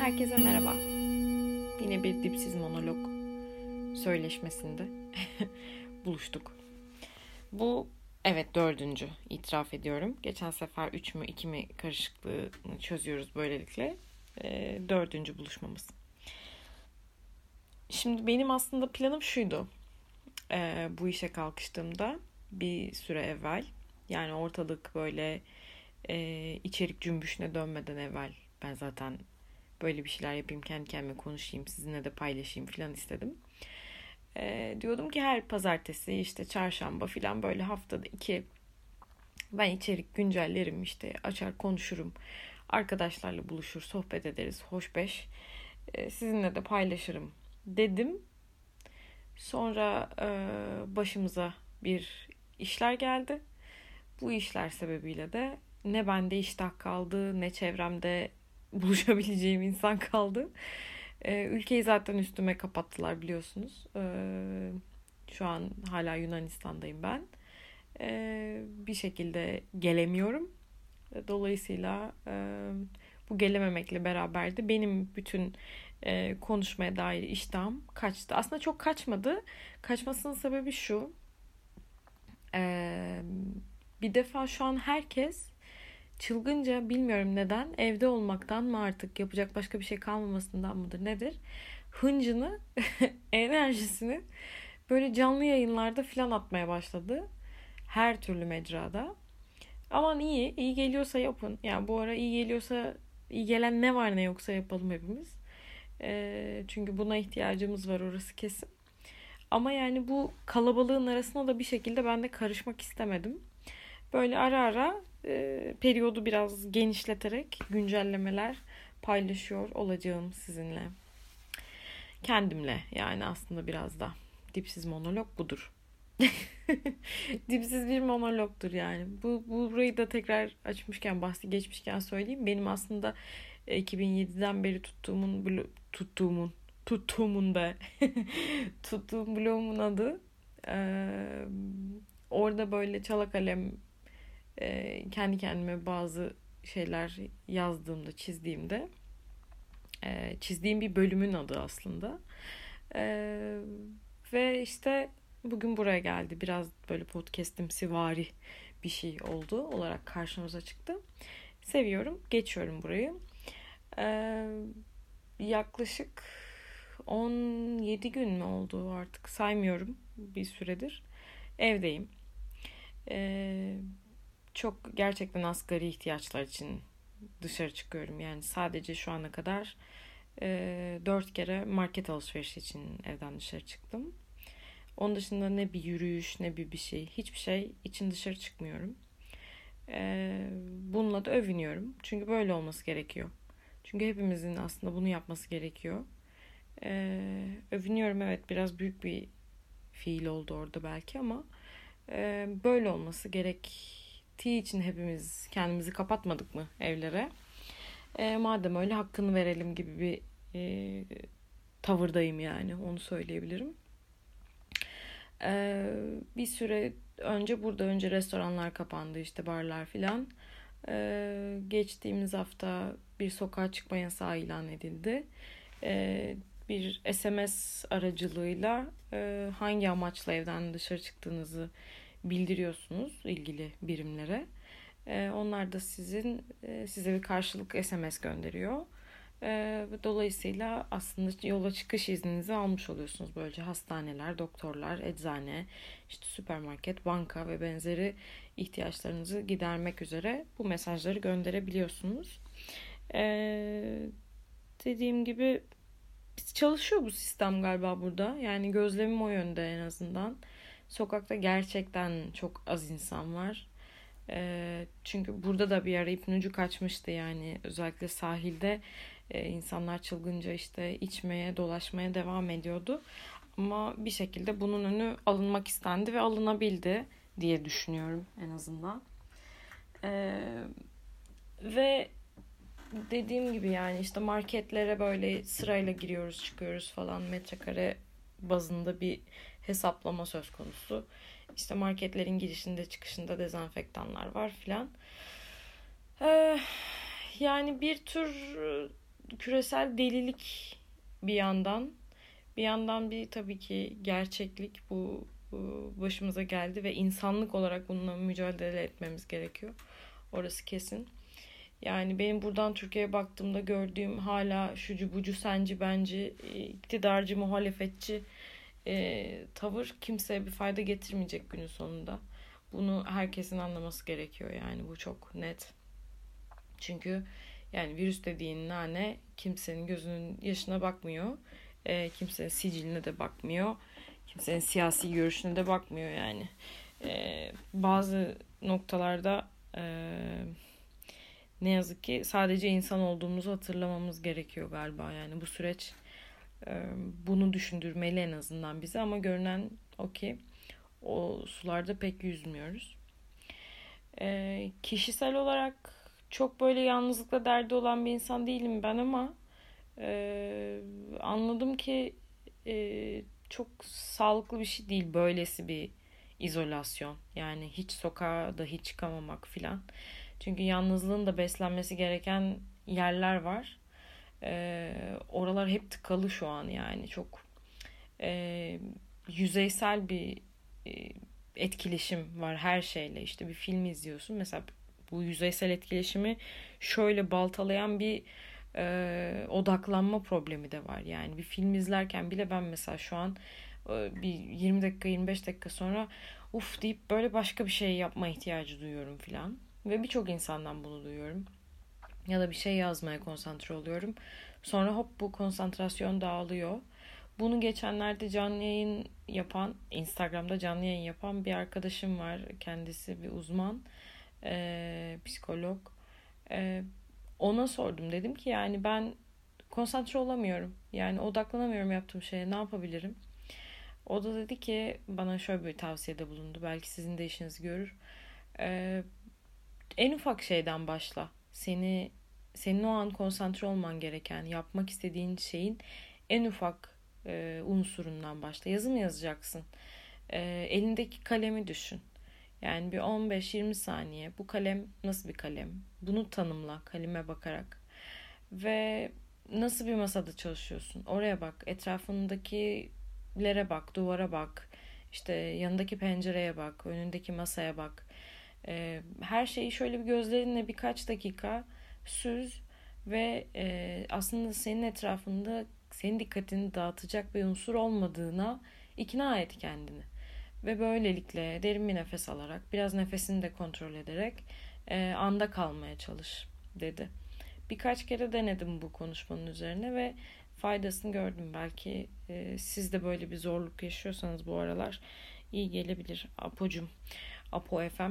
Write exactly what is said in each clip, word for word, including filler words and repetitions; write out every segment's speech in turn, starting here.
Herkese merhaba. Yine bir dipsiz monolog söyleşmesinde buluştuk. Bu evet dördüncü, itiraf ediyorum. Geçen sefer üç mü iki mi karışıklığını çözüyoruz böylelikle. E, dördüncü buluşmamız. Şimdi benim aslında planım şuydu. E, bu işe kalkıştığımda bir süre evvel, yani ortalık böyle e, içerik cümbüşüne dönmeden evvel ben zaten böyle bir şeyler yapayım, kendi kendime konuşayım, sizinle de paylaşayım falan istedim. E, diyordum ki her pazartesi, işte çarşamba falan, böyle haftada iki ben içerik güncellerim, işte açar konuşurum. Arkadaşlarla buluşur, sohbet ederiz, hoş beş. E, sizinle de paylaşırım dedim. Sonra e, başımıza bir işler geldi. Bu işler sebebiyle de ne bende iştah kaldı, ne çevremde buluşabileceğim insan kaldı. Ee, ülkeyi zaten üstüme kapattılar, biliyorsunuz. Ee, şu an hala Yunanistan'dayım ben. Ee, bir şekilde gelemiyorum. Dolayısıyla e, bu gelememekle beraber de benim bütün e, konuşmaya dair iştahım kaçtı. Aslında çok kaçmadı. Kaçmasının sebebi şu. E, bir defa şu an herkes çılgınca, bilmiyorum neden, evde olmaktan mı, artık yapacak başka bir şey kalmamasından mıdır nedir, hıncını enerjisini böyle canlı yayınlarda filan atmaya başladı. Her türlü mecrada. Aman iyi, iyi geliyorsa yapın. Yani bu ara iyi geliyorsa, iyi gelen ne var ne yoksa yapalım hepimiz. E, çünkü buna ihtiyacımız var, orası kesin. Ama yani bu kalabalığın arasına da bir şekilde ben de karışmak istemedim. Böyle ara ara e, periyodu biraz genişleterek güncellemeler paylaşıyor olacağım sizinle. Kendimle, yani aslında biraz da dipsiz monolog budur. Dipsiz bir monologdur yani. Bu burayı da tekrar açmışken, bahsi geçmişken söyleyeyim. Benim aslında iki bin yediden beri tuttuğumun blo- tuttuğumun tuttuğumun be tuttuğum blogumun adı. Ee, orada böyle çala kalem e, kendi kendime bazı şeyler yazdığımda, çizdiğimde, e, çizdiğim bir bölümün adı aslında. E, ve işte bugün buraya geldi. Biraz böyle podcast'imsi vari bir şey oldu olarak karşımıza çıktı. Seviyorum, geçiyorum burayı. E, yaklaşık on yedi gün mü oldu, artık saymıyorum, bir süredir evdeyim. Eee Çok gerçekten asgari ihtiyaçlar için dışarı çıkıyorum. Yani sadece şu ana kadar e, dört kere market alışverişi için evden dışarı çıktım. Onun dışında ne bir yürüyüş ne bir bir şey, hiçbir şey için dışarı çıkmıyorum. E, bununla da övünüyorum. Çünkü böyle olması gerekiyor. Çünkü hepimizin aslında bunu yapması gerekiyor. E, övünüyorum, evet, biraz büyük bir fiil oldu orada belki ama e, böyle olması gerektiği için hepimiz kendimizi kapatmadık mı evlere? E, madem öyle hakkını verelim gibi bir e, tavırdayım, yani onu söyleyebilirim. E, bir süre önce burada önce restoranlar kapandı, işte barlar filan. E, geçtiğimiz hafta bir sokağa çıkma yasağı ilan edildi. E, bir S M S aracılığıyla e, hangi amaçla evden dışarı çıktığınızı bildiriyorsunuz ilgili birimlere. E, onlar da sizin e, size bir karşılık S M S gönderiyor. E, dolayısıyla aslında yola çıkış izninizi almış oluyorsunuz. Böylece hastaneler, doktorlar, eczane, işte süpermarket, banka ve benzeri ihtiyaçlarınızı gidermek üzere bu mesajları gönderebiliyorsunuz. E, dediğim gibi çalışıyor bu sistem galiba burada. Yani gözlemim o yönde en azından. Sokakta gerçekten çok az insan var. E, çünkü burada da bir ara ipin ucu kaçmıştı yani. Özellikle sahilde e, insanlar çılgınca işte içmeye, dolaşmaya devam ediyordu. Ama bir şekilde bunun önü alınmak istendi ve alınabildi diye düşünüyorum en azından. E, ve dediğim gibi yani işte marketlere böyle sırayla giriyoruz çıkıyoruz falan, metrekare bazında bir hesaplama söz konusu. İşte marketlerin girişinde çıkışında dezenfektanlar var filan. Ee, yani bir tür küresel delilik bir yandan. Bir yandan bir tabii ki gerçeklik bu, bu başımıza geldi ve insanlık olarak bununla mücadele etmemiz gerekiyor. Orası kesin. Yani benim buradan Türkiye'ye baktığımda gördüğüm hala şucu bucu senci benci iktidarcı muhalefetçi e, tavır kimseye bir fayda getirmeyecek günün sonunda. Bunu herkesin anlaması gerekiyor yani bu çok net. Çünkü yani virüs dediğin nane kimsenin gözünün yaşına bakmıyor. E, kimsenin siciline de bakmıyor. Kimsenin siyasi görüşüne de bakmıyor yani. E, bazı noktalarda e, ne yazık ki sadece insan olduğumuzu hatırlamamız gerekiyor galiba. Yani bu süreç e, bunu düşündürmeli en azından bize ama görünen o ki o sularda pek yüzmüyoruz. E, kişisel olarak çok böyle yalnızlıkla derdi olan bir insan değilim ben ama e, anladım ki e, çok sağlıklı bir şey değil böylesi bir izolasyon. Yani hiç sokağa dahi çıkamamak filan. Çünkü yalnızlığın da beslenmesi gereken yerler var. E, oralar hep tıkalı şu an yani çok e, yüzeysel bir e, etkileşim var her şeyle. İşte bir film izliyorsun mesela bu yüzeysel etkileşimi şöyle baltalayan bir e, odaklanma problemi de var. Yani bir film izlerken bile ben mesela şu an e, bir yirmi dakika yirmi beş dakika sonra uf deyip böyle başka bir şey yapma ihtiyacı duyuyorum filan. Ve birçok insandan bunu duyuyorum. Ya da bir şey yazmaya konsantre oluyorum. Sonra hop bu konsantrasyon dağılıyor. Bunu geçenlerde canlı yayın yapan, Instagram'da canlı yayın yapan bir arkadaşım var. Kendisi bir uzman, e, psikolog. E, ona sordum. Dedim ki yani ben konsantre olamıyorum. Yani odaklanamıyorum yaptığım şeye. Ne yapabilirim? O da dedi ki bana şöyle bir tavsiyede bulundu. Belki sizin de işinizi görür. E, en ufak şeyden başla. Seni senin o an konsantre olman gereken, yapmak istediğin şeyin en ufak e, unsurundan başla. Yazı mı yazacaksın? E, elindeki kalemi düşün. Yani bir on beş yirmi saniye bu kalem nasıl bir kalem? Bunu tanımla kaleme bakarak. Ve nasıl bir masada çalışıyorsun? Oraya bak. Etrafındakilere bak. Duvara bak. İşte yanındaki pencereye bak. Önündeki masaya bak. Ee, her şeyi şöyle bir gözlerinle birkaç dakika süz ve e, aslında senin etrafında senin dikkatini dağıtacak bir unsur olmadığına ikna et kendini. Ve böylelikle derin bir nefes alarak, biraz nefesini de kontrol ederek e, anda kalmaya çalış dedi. Birkaç kere denedim bu konuşmanın üzerine ve faydasını gördüm. Belki e, siz de böyle bir zorluk yaşıyorsanız bu aralar iyi gelebilir. Apo'cum, Apo F M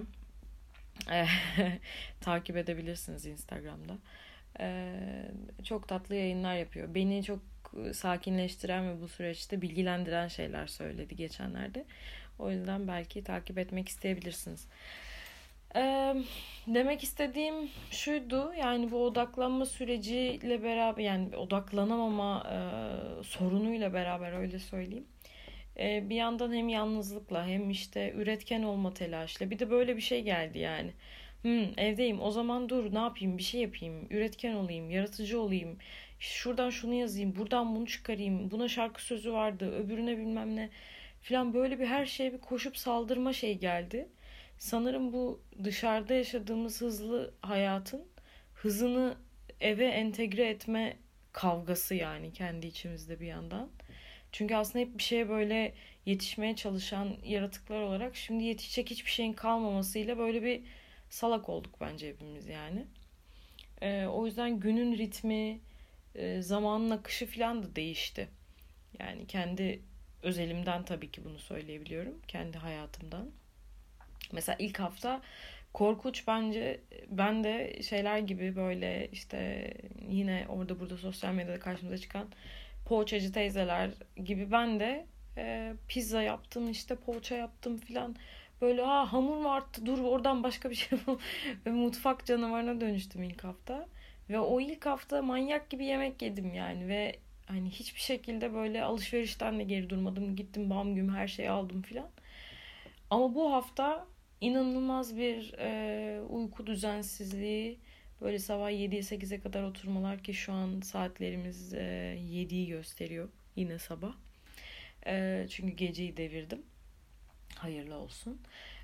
takip edebilirsiniz Instagram'da. E, çok tatlı yayınlar yapıyor. Beni çok sakinleştiren ve bu süreçte bilgilendiren şeyler söyledi geçenlerde. O yüzden belki takip etmek isteyebilirsiniz. Ee, demek istediğim şuydu. Yani bu odaklanma süreciyle beraber yani odaklanamama e, sorunuyla beraber öyle söyleyeyim. Ee, bir yandan hem yalnızlıkla hem işte üretken olma telaşıyla bir de böyle bir şey geldi yani. Hmm, evdeyim o zaman dur ne yapayım bir şey yapayım üretken olayım yaratıcı olayım şuradan şunu yazayım buradan bunu çıkarayım buna şarkı sözü vardı öbürüne bilmem ne falan böyle bir her şeye bir koşup saldırma şey geldi. Sanırım bu dışarıda yaşadığımız hızlı hayatın hızını eve entegre etme kavgası yani kendi içimizde bir yandan. Çünkü aslında hep bir şeye böyle yetişmeye çalışan yaratıklar olarak şimdi yetişecek hiçbir şeyin kalmamasıyla böyle bir salak olduk bence hepimiz yani. Ee, o yüzden günün ritmi, e, zamanın akışı falan da değişti. Yani kendi özelimden tabii ki bunu söyleyebiliyorum. Kendi hayatımdan. Mesela ilk hafta korkunç bence ben de şeyler gibi böyle işte yine orada burada sosyal medyada karşımıza çıkan poğaçacı teyzeler gibi ben de e, pizza yaptım işte poğaça yaptım filan böyle ha hamur mu arttı dur oradan başka bir şey bul ve mutfak canavarına dönüştüm ilk hafta ve o ilk hafta manyak gibi yemek yedim yani ve hani hiçbir şekilde böyle alışverişten de geri durmadım gittim bam güm her şeyi aldım filan ama bu hafta inanılmaz bir e, uyku düzensizliği Böyle sabah yediye sekize kadar oturmalar ki şu an saatlerimiz e, yediyi gösteriyor. Yine sabah. E, çünkü geceyi devirdim. Hayırlı olsun.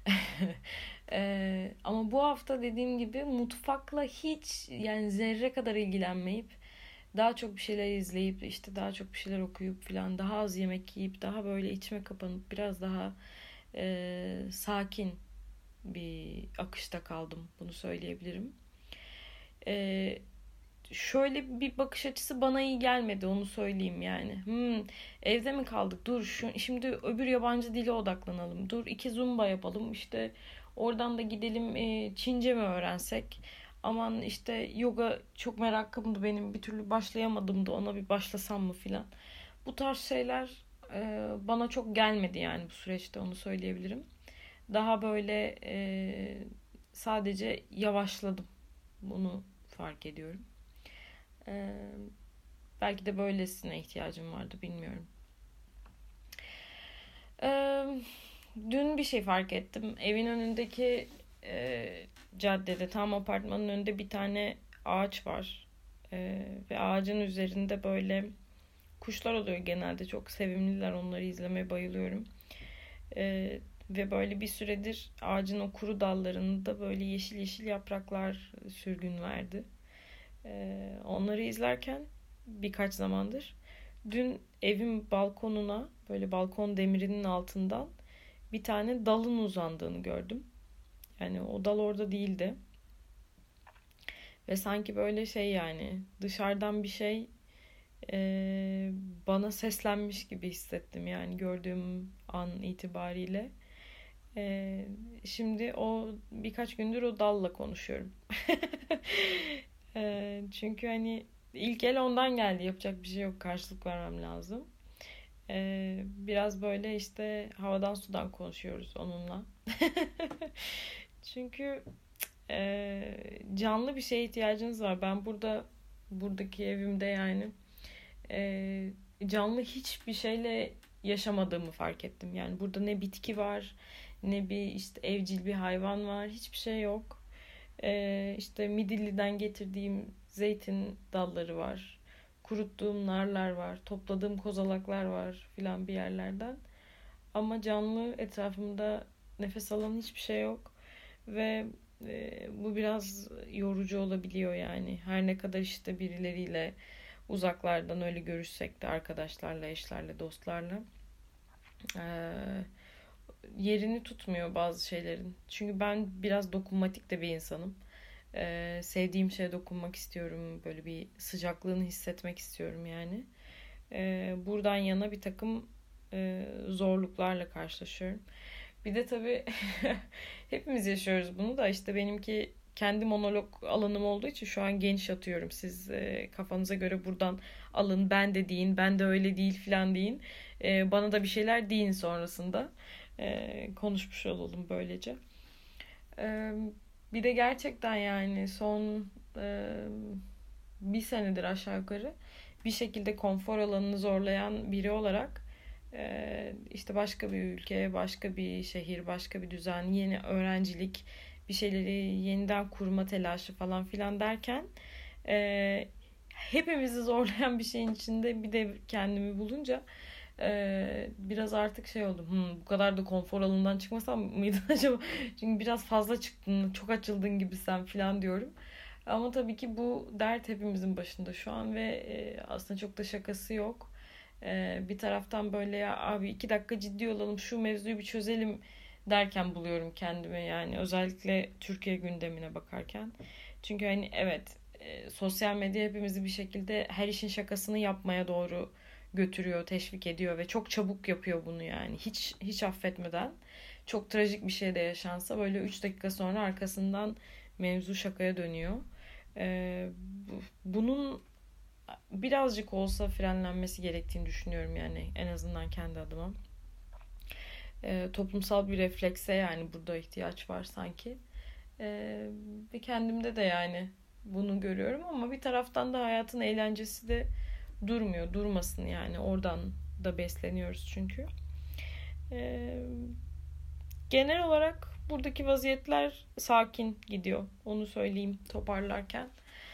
e, ama bu hafta dediğim gibi mutfakla hiç yani zerre kadar ilgilenmeyip daha çok bir şeyler izleyip işte daha çok bir şeyler okuyup falan daha az yemek yiyip daha böyle içime kapanıp biraz daha e, sakin bir akışta kaldım. Bunu söyleyebilirim. E, Şöyle bir bakış açısı bana iyi gelmedi, onu söyleyeyim yani. Hmm, evde mi kaldık? Dur şu, şimdi öbür yabancı dile odaklanalım. Dur iki zumba yapalım. İşte oradan da gidelim e, Çince mi öğrensek? Aman işte yoga çok merakımdı benim. Bir türlü başlayamadım da ona bir başlasam mı filan. Bu tarz şeyler e, bana çok gelmedi yani bu süreçte, onu söyleyebilirim. Daha böyle e, sadece yavaşladım. Bunu fark ediyorum. Ee, Belki de böylesine ihtiyacım vardı, bilmiyorum. Ee, Dün bir şey fark ettim. Evin önündeki e, caddede, tam apartmanın önünde bir tane ağaç var. Ee, ve ağacın üzerinde böyle kuşlar oluyor genelde. Çok sevimliler. Onları izlemeye bayılıyorum. Ee, Ve böyle bir süredir ağacın o kuru dallarında böyle yeşil yeşil yapraklar sürgün verdi. Ee, onları izlerken birkaç zamandır dün evin balkonuna böyle balkon demirinin altından bir tane dalın uzandığını gördüm. Yani o dal orada değildi. Ve sanki böyle şey yani dışarıdan bir şey e, bana seslenmiş gibi hissettim yani gördüğüm an itibariyle. E, şimdi o birkaç gündür o dalla konuşuyorum. e, çünkü hani ilk el ondan geldi. Yapacak bir şey yok. Karşılık vermem lazım. Ee, biraz böyle işte havadan sudan konuşuyoruz onunla. Çünkü e, canlı bir şeye ihtiyacınız var. Ben burada buradaki evimde yani e, canlı hiçbir şeyle yaşamadığımı fark ettim. Yani burada ne bitki var, ne bir işte evcil bir hayvan var, hiçbir şey yok. E, işte Midilli'den getirdiğim zeytin dalları var. Kuruttuğum narlar var. Topladığım kozalaklar var filan bir yerlerden. Ama canlı etrafımda nefes alan hiçbir şey yok. Ve e, bu biraz yorucu olabiliyor yani. Her ne kadar işte birileriyle uzaklardan öyle görüşsek de arkadaşlarla, eşlerle, dostlarla e, yerini tutmuyor bazı şeylerin. Çünkü ben biraz dokunmatik de bir insanım. Ee, sevdiğim şeye dokunmak istiyorum. Böyle bir sıcaklığını hissetmek istiyorum yani. Ee, buradan yana bir takım e, zorluklarla karşılaşıyorum. Bir de tabii hepimiz yaşıyoruz bunu da, işte benimki kendi monolog alanım olduğu için şu an geniş atıyorum. Siz e, kafanıza göre buradan alın, ben de deyin, ben de öyle değil filan deyin. E, bana da bir şeyler deyin sonrasında. E, konuşmuş olalım böylece. E, Bir de gerçekten yani son e, bir senedir aşağı yukarı bir şekilde konfor alanını zorlayan biri olarak e, işte başka bir ülke, başka bir şehir, başka bir düzen, yeni öğrencilik, bir şeyleri yeniden kurma telaşı falan filan derken e, hepimizi zorlayan bir şeyin içinde bir de kendimi bulunca ee, biraz artık şey oldum. Hmm, bu kadar da konfor alanından çıkmasam mıydın acaba? Çünkü biraz fazla çıktın, çok açıldın gibi sen falan diyorum. Ama tabii ki bu dert hepimizin başında şu an ve e, aslında çok da şakası yok. Ee, bir taraftan böyle ya abi iki dakika ciddi olalım, şu mevzuyu bir çözelim derken buluyorum kendimi yani, özellikle Türkiye gündemine bakarken. Çünkü hani evet, e, sosyal medya hepimizi bir şekilde her işin şakasını yapmaya doğru götürüyor, teşvik ediyor ve çok çabuk yapıyor bunu yani. Hiç hiç affetmeden. Çok trajik bir şey de yaşansa böyle üç dakika sonra arkasından mevzu şakaya dönüyor. Ee, bunun birazcık olsa frenlenmesi gerektiğini düşünüyorum yani, en azından kendi adıma. Ee, toplumsal bir reflekse yani burada ihtiyaç var sanki. Ee, ve kendimde de yani bunu görüyorum ama bir taraftan da hayatın eğlencesi de durmuyor. Durmasın yani. Oradan da besleniyoruz çünkü. Ee, Genel olarak buradaki vaziyetler sakin gidiyor. Onu söyleyeyim toparlarken.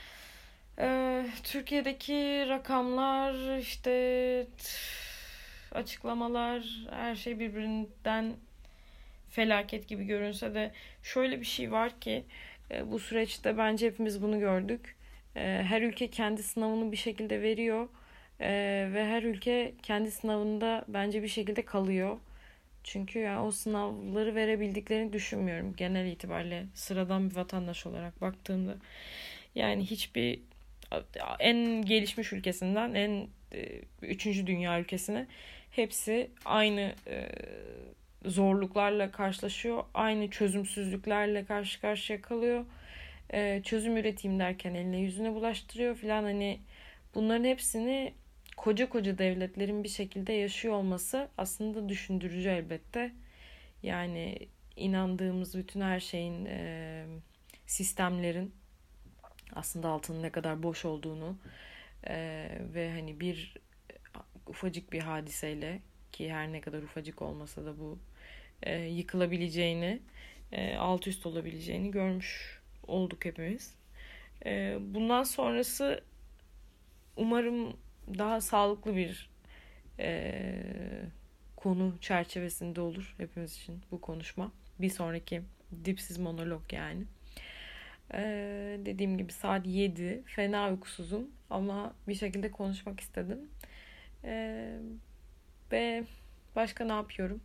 Ee, Türkiye'deki rakamlar, işte açıklamalar, her şey birbirinden felaket gibi görünse de şöyle bir şey var ki bu süreçte bence hepimiz bunu gördük. Her ülke kendi sınavını bir şekilde veriyor ve her ülke kendi sınavında bence bir şekilde kalıyor. Çünkü yani o sınavları verebildiklerini düşünmüyorum genel itibariyle, sıradan bir vatandaş olarak baktığımda. Yani hiçbir, en gelişmiş ülkesinden en üçüncü dünya ülkesine, hepsi aynı zorluklarla karşılaşıyor. Aynı çözümsüzlüklerle karşı karşıya kalıyor. Ee, çözüm üreteyim derken eline yüzüne bulaştırıyor filan. Hani bunların hepsini koca koca devletlerin bir şekilde yaşıyor olması aslında düşündürücü elbette. Yani inandığımız bütün her şeyin, e, sistemlerin aslında altının ne kadar boş olduğunu e, ve hani bir ufacık bir hadiseyle, ki her ne kadar ufacık olmasa da bu e, yıkılabileceğini, e, alt üst olabileceğini görmüş olduk hepimiz. E, bundan sonrası umarım daha sağlıklı bir e, konu çerçevesinde olur hepimiz için bu konuşma. Bir sonraki dipsiz monolog yani. E, dediğim gibi saat yedi. Fena uykusuzum ama bir şekilde konuşmak istedim. E, ve başka ne yapıyorum?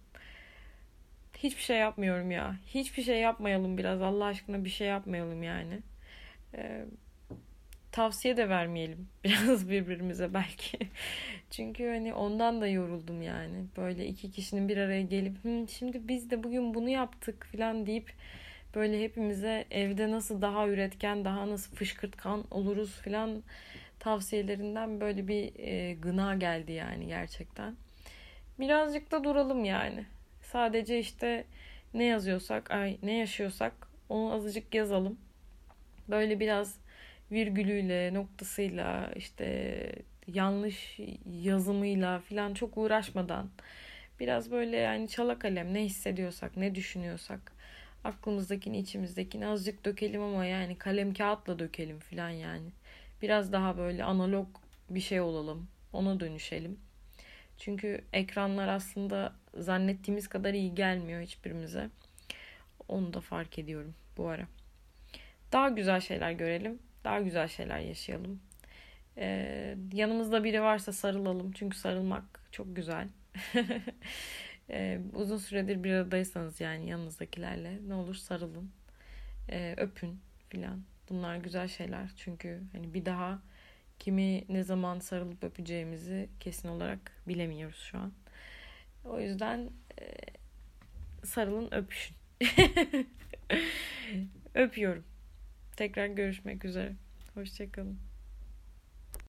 Hiçbir şey yapmıyorum ya. Hiçbir şey yapmayalım biraz. Allah aşkına bir şey yapmayalım yani. Ee, tavsiye de vermeyelim biraz birbirimize belki. Çünkü hani ondan da yoruldum yani. Böyle iki kişinin bir araya gelip şimdi biz de bugün bunu yaptık falan deyip böyle hepimize evde nasıl daha üretken, daha nasıl fışkırtkan oluruz falan tavsiyelerinden böyle bir e, gına geldi yani gerçekten. Birazcık da duralım yani. Sadece işte ne yazıyorsak, ay ne yaşıyorsak onu azıcık yazalım. Böyle biraz virgülüyle, noktasıyla, işte yanlış yazımıyla falan çok uğraşmadan, biraz böyle yani çala kalem ne hissediyorsak, ne düşünüyorsak aklımızdakini, içimizdekini azıcık dökelim ama yani kalem kağıtla dökelim falan yani. Biraz daha böyle analog bir şey olalım. Ona dönüşelim. Çünkü ekranlar aslında zannettiğimiz kadar iyi gelmiyor hiçbirimize. Onu da fark ediyorum bu ara. Daha güzel şeyler görelim. Daha güzel şeyler yaşayalım. Ee, yanımızda biri varsa sarılalım. Çünkü sarılmak çok güzel. ee, uzun süredir bir aradaysanız yani yanınızdakilerle ne olur sarılın. Ee, öpün filan. Bunlar güzel şeyler. Çünkü hani bir daha kimi ne zaman sarılıp öpeceğimizi kesin olarak bilemiyoruz şu an. O yüzden e, sarılın, öpüşün. Öpüyorum. Tekrar görüşmek üzere. Hoşçakalın.